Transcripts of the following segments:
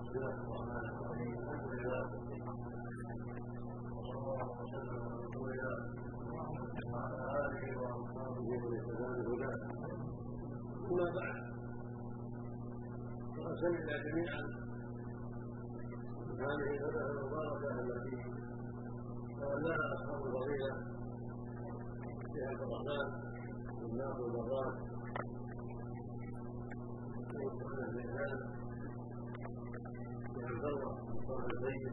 بسم الله الرحمن الرحيم الحمد لله وصلى الله وسلم على رسول الله وعلى اله واصحابه ومن اهتدى بهداه. اما بعد، فقد سمعنا جميعا هذه الفتره المباركه التي تولاها اصحاب الفضيله في عبد الرحمن بن ناصر البراك وعثمان بن هشام عبد الله بن صالح الزين،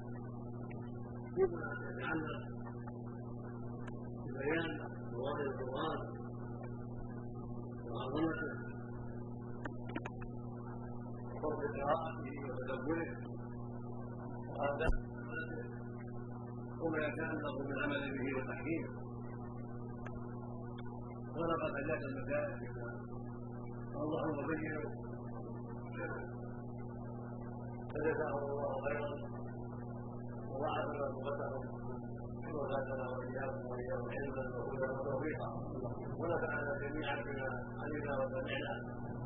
فيما يتعلق ببيان مواضع القرآن وعظمته وفضل قراءته وتدبره وآدابه وما يتعلق من عمل به وتحكيمه. ولقد أجاد المسائل بما الله وبينه، فجزاهم الله خيرا وضاعف لهم وزادنا واياكم علما وهدى وتوفيقا، ونفعنا جميعا بما علمنا وسمعنا.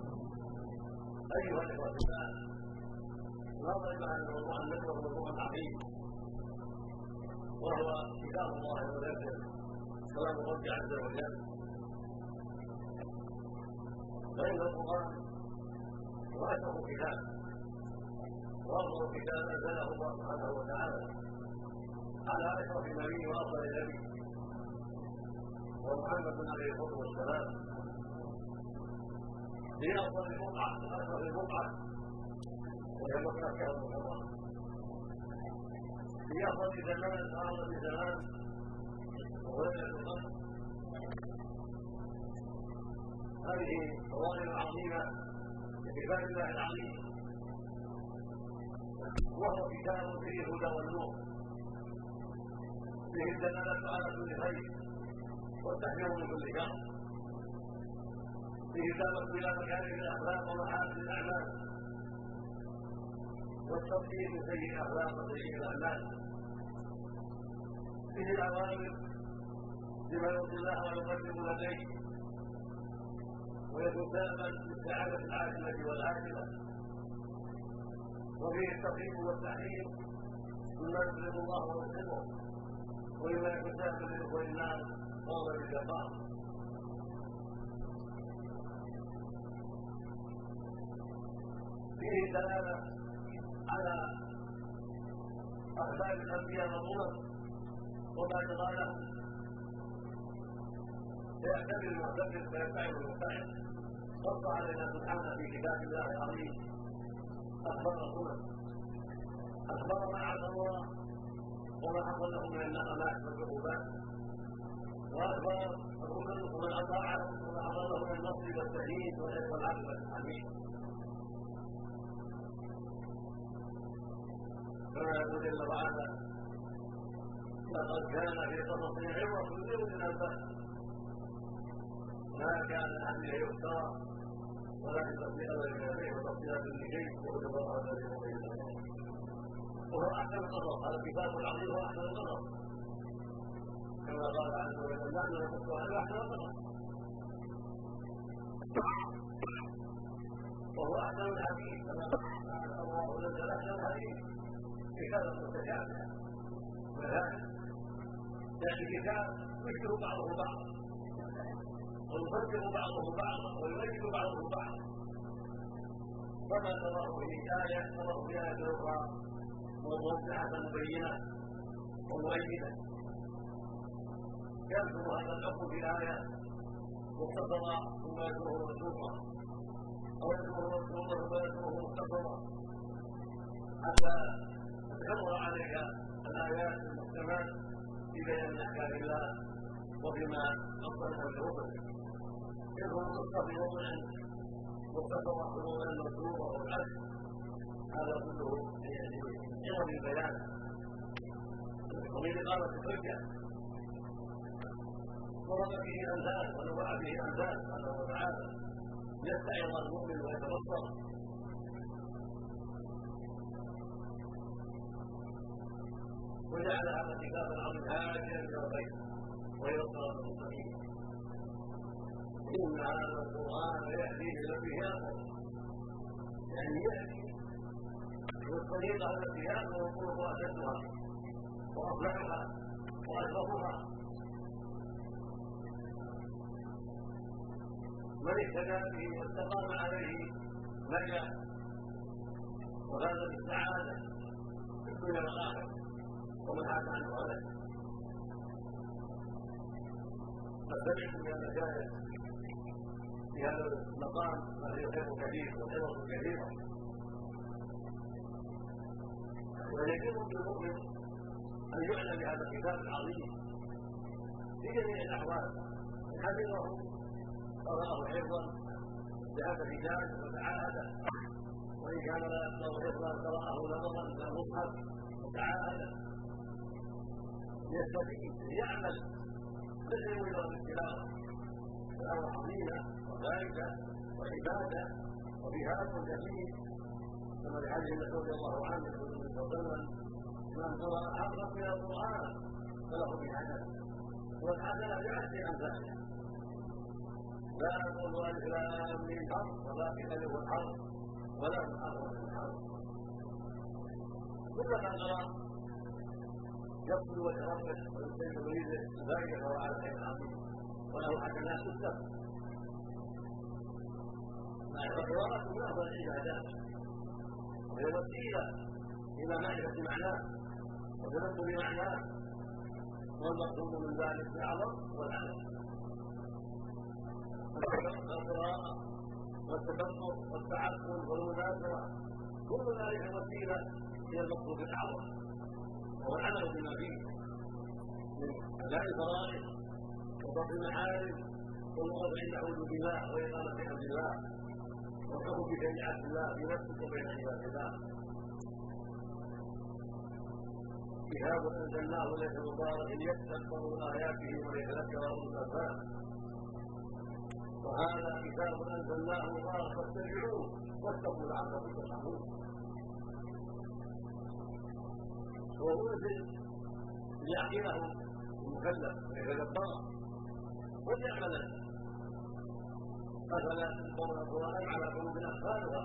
ايها الاخوه في الله، لا ريب ان موضوع النشر موضوع عظيم، وهو كتاب الله المنزل كلام الرب عز وجل. فان القران هو اشرف كتاب وافضل كتاب انزله الله سبحانه وتعالى على اشرف نبي وافضل نبي ومحمد عليه الصلاه والسلام، في افضل البقعه واشرف البقعه وهي مكه المحرمه، في افضل زمان اعظم زمان وهو ليله القدر. هذه فضائل عظيمه لكتاب الله العظيم، وهو كتاب فيه هدى والنور، فيه الدلاله على كل خير والتحذير من كل شر، فيه دعوه الى مكارم الاخلاق ومحاسن الاعمال والتطهير من سيء الاخلاق وسيء الاعمال، فيه الاوامر بما يرضي الله ويقدم لديه ويكون سببا للسعاده العاجله والاخره، وفيه الترغيب والتحذير مما يغضب الله ويسخطه ومما يكون سببا لدخول النار وهو الجبار. فيه دلاله على اخبار الانبياء والامم وما جرى لهم، فيعتبر المعتبر فيتعب المبتعد. نص علينا سبحانه في كتاب الله العظيم اخبار الامم، اخبار ما عصى الله وما حصل لهم من النقمات والعقوبات، واخبار الرسل ومن اطاعهم وما حصل لهم من النصر والتأييد والعقبه الحميد. كما يقول جل وعلا: لقد كان في قصصهم عبرة لأولي الألباب ما كان أهله يفترى ولكن تصديق الذي يديه وتفصيل كل شيء وهدى الله الذي يضل وهو احسن القصص. هذا الكتاب العظيم هو احسن القصص، كما قال عز وجل: نحن نقص على احسن القصص، وهو احسن الحديث كما قال الله نزل احسن الحديث كتاب متشابه وذلك يعني كتاب يشبه بعضه بعضا ويصدق بعضه بعضا ويميز بعضه بعضا، فما تراه في آية تراه في آية أخرى موضحة مبينة ومؤيدة. يذكر هذا الحكم في الآية مختصرا ثم يذكره منصوصا، أو يذكره منصوصا ثم يذكره مختصرا، حتى تمر عليك الآيات المحكمات في بيان أحكام الله وفيما أصلها بالرسل. يذكر القصة في موضع مختصرة في موضع المذكور وهو العدل. هذا كله عظم البيان ومن إقامة الحجة، ورد فيه أمثال ونوع فيه أمثال سبحانه وتعالى يستعظ المؤمن ويتبصر. وجعل هذا الكتاب العظيم هاديا إلى الخير وإلى الصراط المستقيم. إن هذا القرآن يهدي للتي هي أقوم، يعني يهدي الطريقة التي يأمر الطرق أشدها وأصلحها وأشرفها. من اهتدى به واستقام عليه نجا وهذا بالسعادة في الدنيا والآخرة، ومن عاد عنه هلك. قد سمعت من المشايخ في هذا المقام ما فيه خير كثير وعظة كثيرة، ويجب بالمؤمن أن يعنى بهذا الكتاب العظيم في جميع الأحوال، حفظه قرأه حفظا بهذا الكتاب وتعاهده، وإن كان لا يقرأ حفظا قرأه نظرا إلى المصحف وتعاهده يستفيد يعمل مثل مجرد التلاوة، فهو عظيمة وفائدة وعبادة وجهاد كثير، كما في حديث رضي الله عنه يقول النبي صلى الله عليه وسلم: من قرأ حرفا من القرآن فله بحسنة، والحسنة بعشر أمثالها. لا أقول ألف لام ميم حرف، ولكن ألف الحرف ولا حرف من الحرف. كلما قرأ يقبل وجه ربه ويستجيب يريده ذلك فهو على خير عظيم وله حسنات تكتب. القراءة من أفضل العبادات، وهي وسيلة إلى معرفة معناه وتذكر معناه، والمقصود من ذلك العظم والعمل. القراءة والتدبر والتعقل والمذاكرة كل ذلك وسيلة إلى المقصود الأعظم، وهو العمل بما فيه من أداء الفرائض وضبط المحارم والوقوف عند حدود الله وإقامة أمر الله والحكم بشريعة الله في نفسك وبين عباد الله. كتاب أنزلناه ليس مبارك ليتدبروا آياته وليتذكر أولو الألباب، وهذا كتاب أنزلناه مبارك فاتبعوه واتقوا لعلكم ترحمون. وهو منزل ليعقله المكلف ويتدبره وليعمله، افلا تدبرون القران على قلوب اقفالها.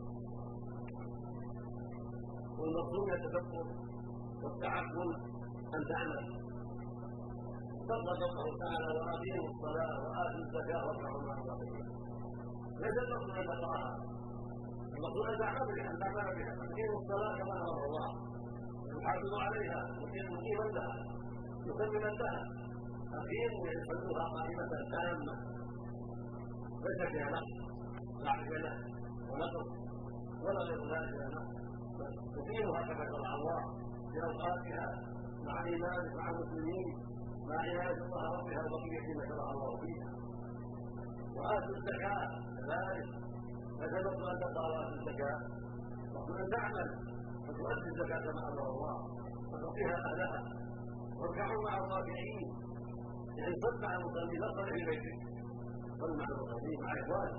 والمقصود التدبر والتعقل ان تعمل. صدق الله تعالى: واقيموا الصلاه واتوا الزكاه واركعوا مع الراكعين. ليس المقصود ان تقراها، المقصود ان تعمل بها، ان تعمل بها. اقيموا الصلاه كما امر الله، يحافظ عليها مقيما لها مكملا لها. أقيم ويصلوها قائمة تامة ليس فيها نقص لا عجلة ونقص ولا غير ذلك نقص، تقيمها كما شرع الله في أوقاتها مع الإيمان مع المسلمين مع عناية طهارتها وبقية ما شرع الله فيها. وآتوا الزكاة كذلك، فسبب أن تقرأ وآتوا الزكاة وكل أن تعمل وتؤدي الزكاة كما أمر الله وتعطيها أهلها. واركعوا مع الراكعين، يعني صل مع المصلين لا صل في بيتك، صل مع المصلين مع إخوانك.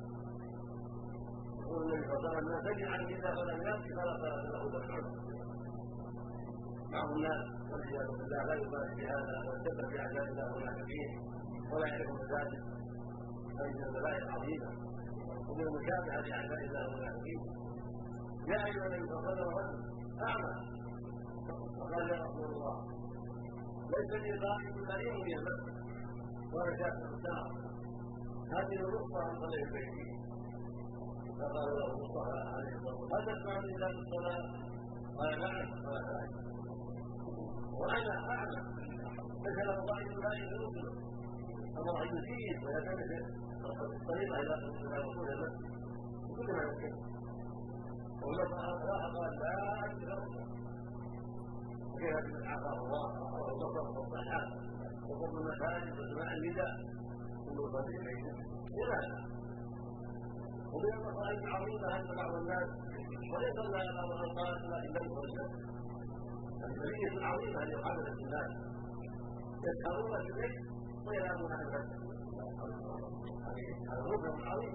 يقول النبي صلى الله عليه وسلم: من سمع النداء فلم يأتي فلا صلاة له بالحرم. بعض الناس والعياذ بالله لا يبالي بهذا ويتبع بأعداء الله والمنافقين ولا يعرف ذلك، فإن البلاء عظيمة ومن المشابهة لأعداء الله والمنافقين. يا أيها النبي صلى الله عليه وسلم: أعمى، فقال: يا رسول الله ليس لي قائد مريض يمسك ولا شاف الساعة، هذه الرخصة عن صلاة البيت. فقال له المصطفى عليه الصلاة والسلام: هل تسمع من ذات الصلاة؟ قال: نعم. قال: ذلك وأنا أعلم ليس له قائد مريض يمسك، الله يزيد ويتمثل الطريقة إلى وصول المسجد كل ما يمكن. والله قال: لا أجد كيف عفاه الله والبصر والصحات وقرب المساجد وسماع النداء كل صديق لماذا؟ ومن المصائب العظيمه ان بعض الناس وليس لا يقام الصلاه لكن لم يصلي. البليه العظيمه ان يقابل الناس يسهرون في الليل وينامون عن الفجر، هذا ركن عظيم.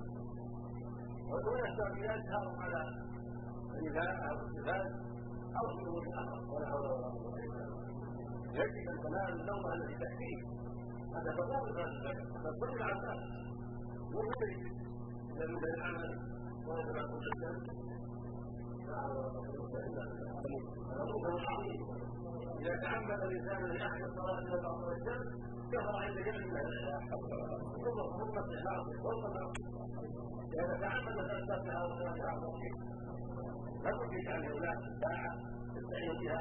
ودون التربيات سهروا على النداء او الاتفاق أو في أمور الآخر ولا حول ولا قوة إلا بالله. يجب أن تنال النوم الذي تكفيه، هذا فضول الناس الفجر، هذا فضل على الناس والمدرك الذي لا يعمل ولا يتبع كل شيء لا حول ولا إذا تعمد الإنسان أن يحفظ الصلاة إلى بعض الشمس كفر عند جميع ثم استحباب إذا تعمد فلسفتها وصلاتها مصير لا تجد عن أولاد ساعة تستعين بها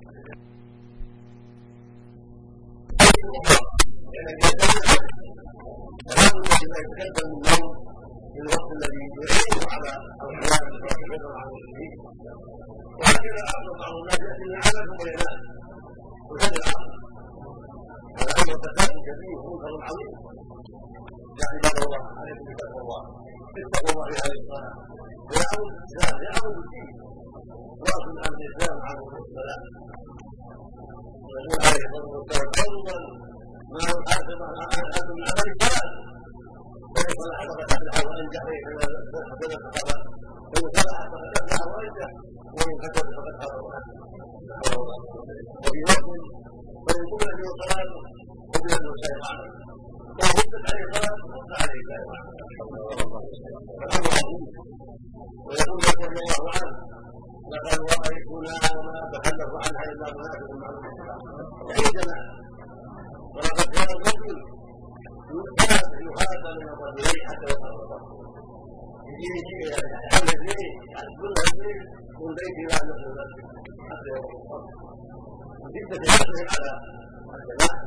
فلا يتكلم النوم في الوقت الذي يعيشه على الحياة ويتكلم عن المسلمين وهكذا أعظم بعض الناس يأتي من العمل ثم ينام وهذا العمل هذا أمر فساد كبير منكر عظيم يعني عباد الله عليكم بتقوى الله اتقوا الله في هذه الصلاة ويعود الإسلام يعود الدين وأصل عن الإسلام عنه الصلاة والرسول عليه الصلاة والسلام أفضل ما يحاسب عن هذا من عمل الصلاة فإن صلح فقد أفلح وأنجح فإن فسد فقد صلح فقد أفلح وأنجح وإن فسد فقد خاب وأنجح وفي وقت فإن قبل في الصلاة قبل له الشيطان وردت عليه الصلاة ورد عليه الشيطان فالأمر عظيم ويقول رضي الله عنه لقد رأيتنا وما تخلف عنها إلا منافق معروف يعني جماعة ولقد كان الرجل يحاسب من الرجلين حتى يصل الرجل يجي يحمل اثنين كل اثنين من بيت الى المسجد حتى يصل الرجل وشدة حرصهم على الجماعة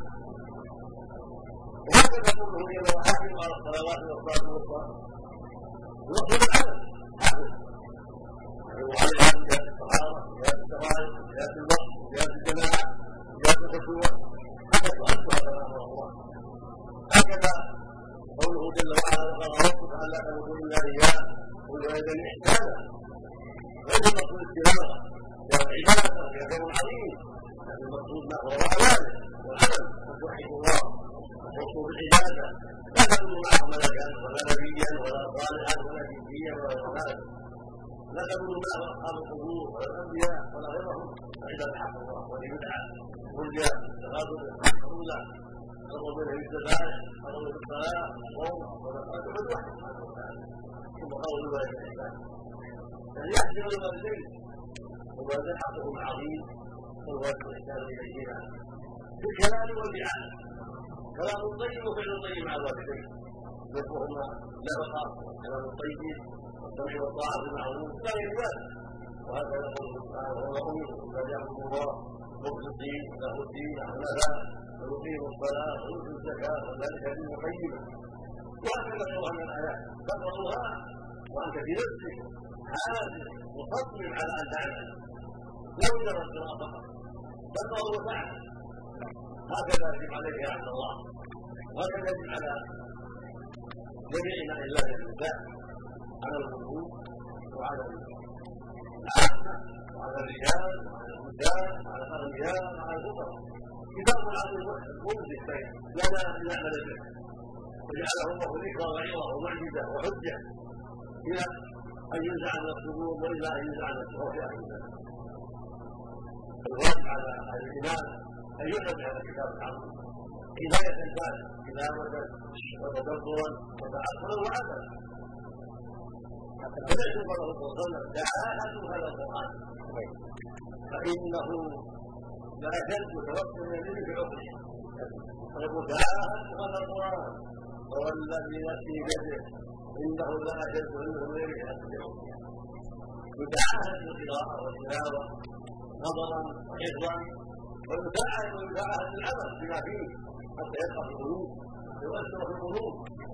وهكذا قوله جل وعلا على الصلوات والصلاة والصلاة ونصر العمل حافظ وعليها من جهة الطهارة جهة السوائل جهة الوقت جهة الجماعة جهة الخشوع حتى تؤدها كما امر الله هكذا قوله جل وعلا وقال ربك الا تعبدوا الا اياه وبالوالدين احسانا غير المقصود التلاوه هي العباده هي خير عظيم لكن المقصود ما هو اعماله والعمل وتوحيد الله وتوصل بالعباده لا تكون معه ملكا ولا نبيا ولا صالحا ولا جنسيا ولا غيره لا تكون معه اصحاب القبور ولا الانبياء ولا غيرهم فاذا الحق الله وليدعى رجع تغادر محمولا قرب اليه الذبائح قرب الصلاه الصوم والصلاه والوحي ثم قول الوالدين يعني يحسن الوالدين والوالدين حقهم عظيم والوالد الاحسان اليهما في الكلام والبيعه كلام طيب وفعل طيب مع الوالدين ذكرهما نفقه كلام طيب والسمع والطاعه بالمعروف لا يزال وهذا يقول سبحانه وامره فليعبدوا الله مخلصين له الدين حنفاء ويقيموا الصلاه ويؤتوا الزكاه وذلك دين قيما وهكذا غيرها من الايات تقراها وانت في نفسك عازم مصمم على ان تعمل لا مجرد قراءه فقط تقرا وتعمل هكذا يجب عليك يا عبد الله وهكذا يجب على جميع ناس الله النساء على الوضوء وعلى العامه وعلى الرجال وعلى النساء وعلى الانبياء وعلى الفقراء كتاب عظيم ممسك لنا ان نعمل به وجعله الله ذكرى وعظه ومعجزه وحجه الى ان ينزع من الصدور والى ان ينزع من الصدور في اهل الناس الواجب على اهل الايمان ان يؤمن بهذا الكتاب العظيم هدايه البال تلاوه وتدبرا وتعقلا وعملا سمعت قوله صلى الله عليه وسلم تعاهدوا هذا القران فانه لاشد توكل من الذي في عقله فيقول تعاهدوا هذا القران والذي نفسي بيده انه لاشد منه من الذي في عقله يتعاهد بالقراءه والتلاوه نظرا وحفظا ويتعاهد العمل بما فيه حتى يبقى في القلوب ويؤثر في القلوب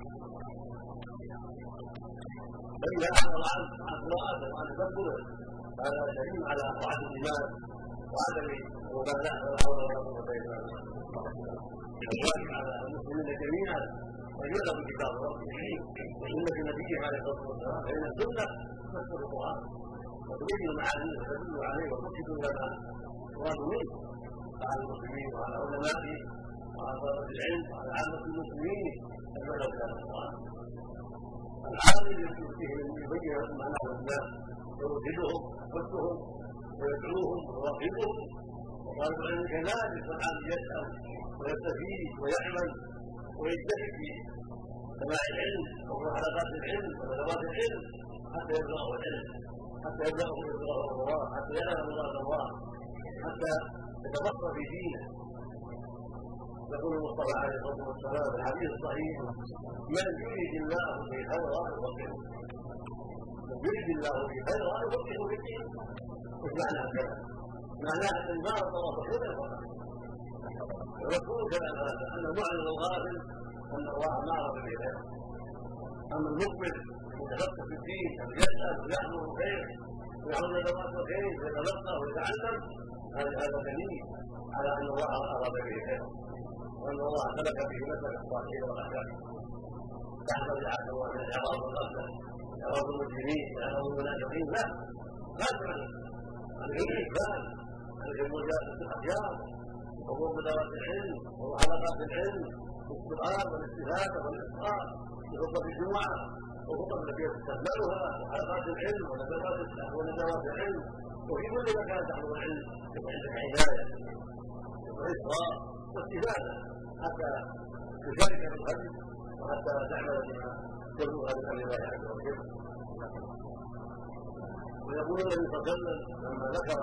فإذا أعرض عن قراءته وعن تدبره هذا دليل على ضعف الإيمان وعدم المبالاة ولا حول ولا قوة إلا بالله. الواجب على المسلمين جميعا أن يعلموا كتاب ربهم وسنة نبيه عليه الصلاة والسلام فإن السنة تفسر القرآن وتبين معانيه وتدل عليه وترشد إلى ما يراد منه على المسلمين وعلى علمائه وعلى طلبة العلم وعلى عامة المسلمين أن يعلموا كتاب القرآن. العالم يبين لهم معناه الناس ويوحدهم ويحثهم ويدعوهم ويراقبهم وطالب العلم كذلك والعالم يسأل ويستفيد ويعمل ويجتهد في سماع العلم وفي حلقات العلم وندوات العلم حتى يبلغه العلم حتى يبلغه الله، حتى يعلم مراد الله، حتى يتبصر في دينه. يقول المصطفى عليه الصلاه والسلام في الحديث الصحيح: من يريد الله به خيرا يفقهه، من يريد الله به خيرا يفقهه في الدين. مش معنى هكذا؟ معناه ان ما الله خيرا يفقهه. الرسول كلام هذا ان المعلم الغافل ان الله ما اراد به خيرا. اما المقبل يتفقه في الدين يسال ويحمل الخير ويعمل ادوات الخير ويتلقى ويتعلم، هذا دليل على ان الله اراد به خيرا، وان الله سلك به مسلك الصالحين والاخيار. تحمل العبد من اعراض الغفله، اعراض المسلمين، اعراض المنافقين، لا تعني عن الانسان عن مجالسه الاخيار وهو مدارات العلم وحلقات العلم والسؤال والاستفاده والاصرار بخطبه الجمعه وخطب التي تستقبلها وحلقات العلم وندوات العلم، وفي كل مكان تحضر العلم يكون عندك عنايه واصرار واستفاده حتى تشارك في الخير وحتى تعمل بما يبلغ بامر الله عز وجل. ويقول النبي صلى الله عليه وسلم لما ذكر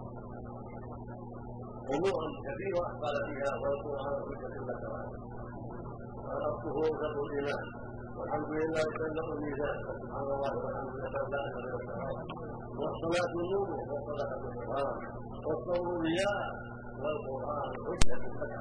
امورا كثيره قال فيها: والقران حجه لك قال: اصله شر الايمان، والحمد لله يبلغ الميزان، سبحان الله والحمد لله لا اله الا الله، والصلاه نور والصدقه برهان، والصوم ضياء، والقران حجه لك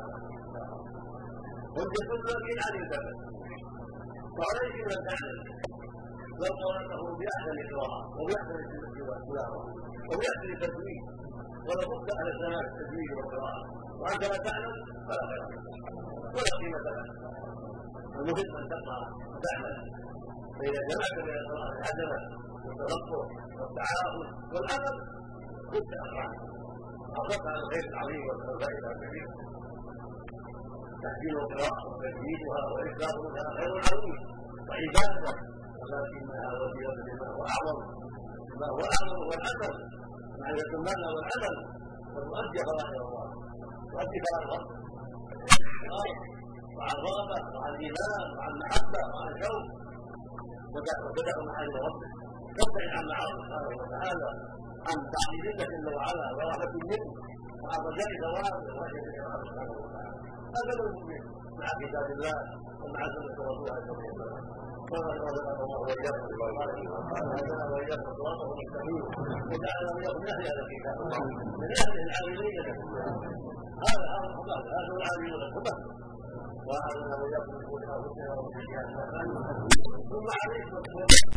حجه لك عن البلد. وعليك ان تعلم لو قراته باحسن قراءه وباحسن التلاوه وباحسن التجويد، ولا بد على سماع التجويد والقراءه، وانت لا تعلم فلا خير ولا قيمه لك. المهم ان تقرا وتعمل، فاذا جمعت بين القراءه الحسنه والتفقه والتعاون والعمل كنت اقرأت على الخير العظيم والفائده الكبيره. تحسين القراءه وتجويدها واكثارها خير عظيم وعباده، ولكنها وسيله لما هو اعظم. ما هو اعظم هو العمل، معرفه المعنى والعمل، وتؤدي فرائض الله، تؤدي فرائض الله مع الرغبه مع الايمان مع المحبه مع الشوق، وتدع محارم ربك، تبتعد عن معاصي سبحانه وتعالى، عن تعظيم الله جل وعلا ورحمه منه مع رجاء ثوابه وخشيه الله سبحانه وتعالى. هذا هو المؤمن مع كتاب الله ومع سنه رسول الله صلى الله عليه وسلم. وجعلنا الله واياكم وهدانا واياكم صراطه المستقيم، وجعلنا واياكم من اهل هذا الكتاب من اهل العاملين له. هذا هو العاملون الخبث، وأعلم وإياكم من كل أنفسنا ومن سيئات أعمالنا. ثم عليكم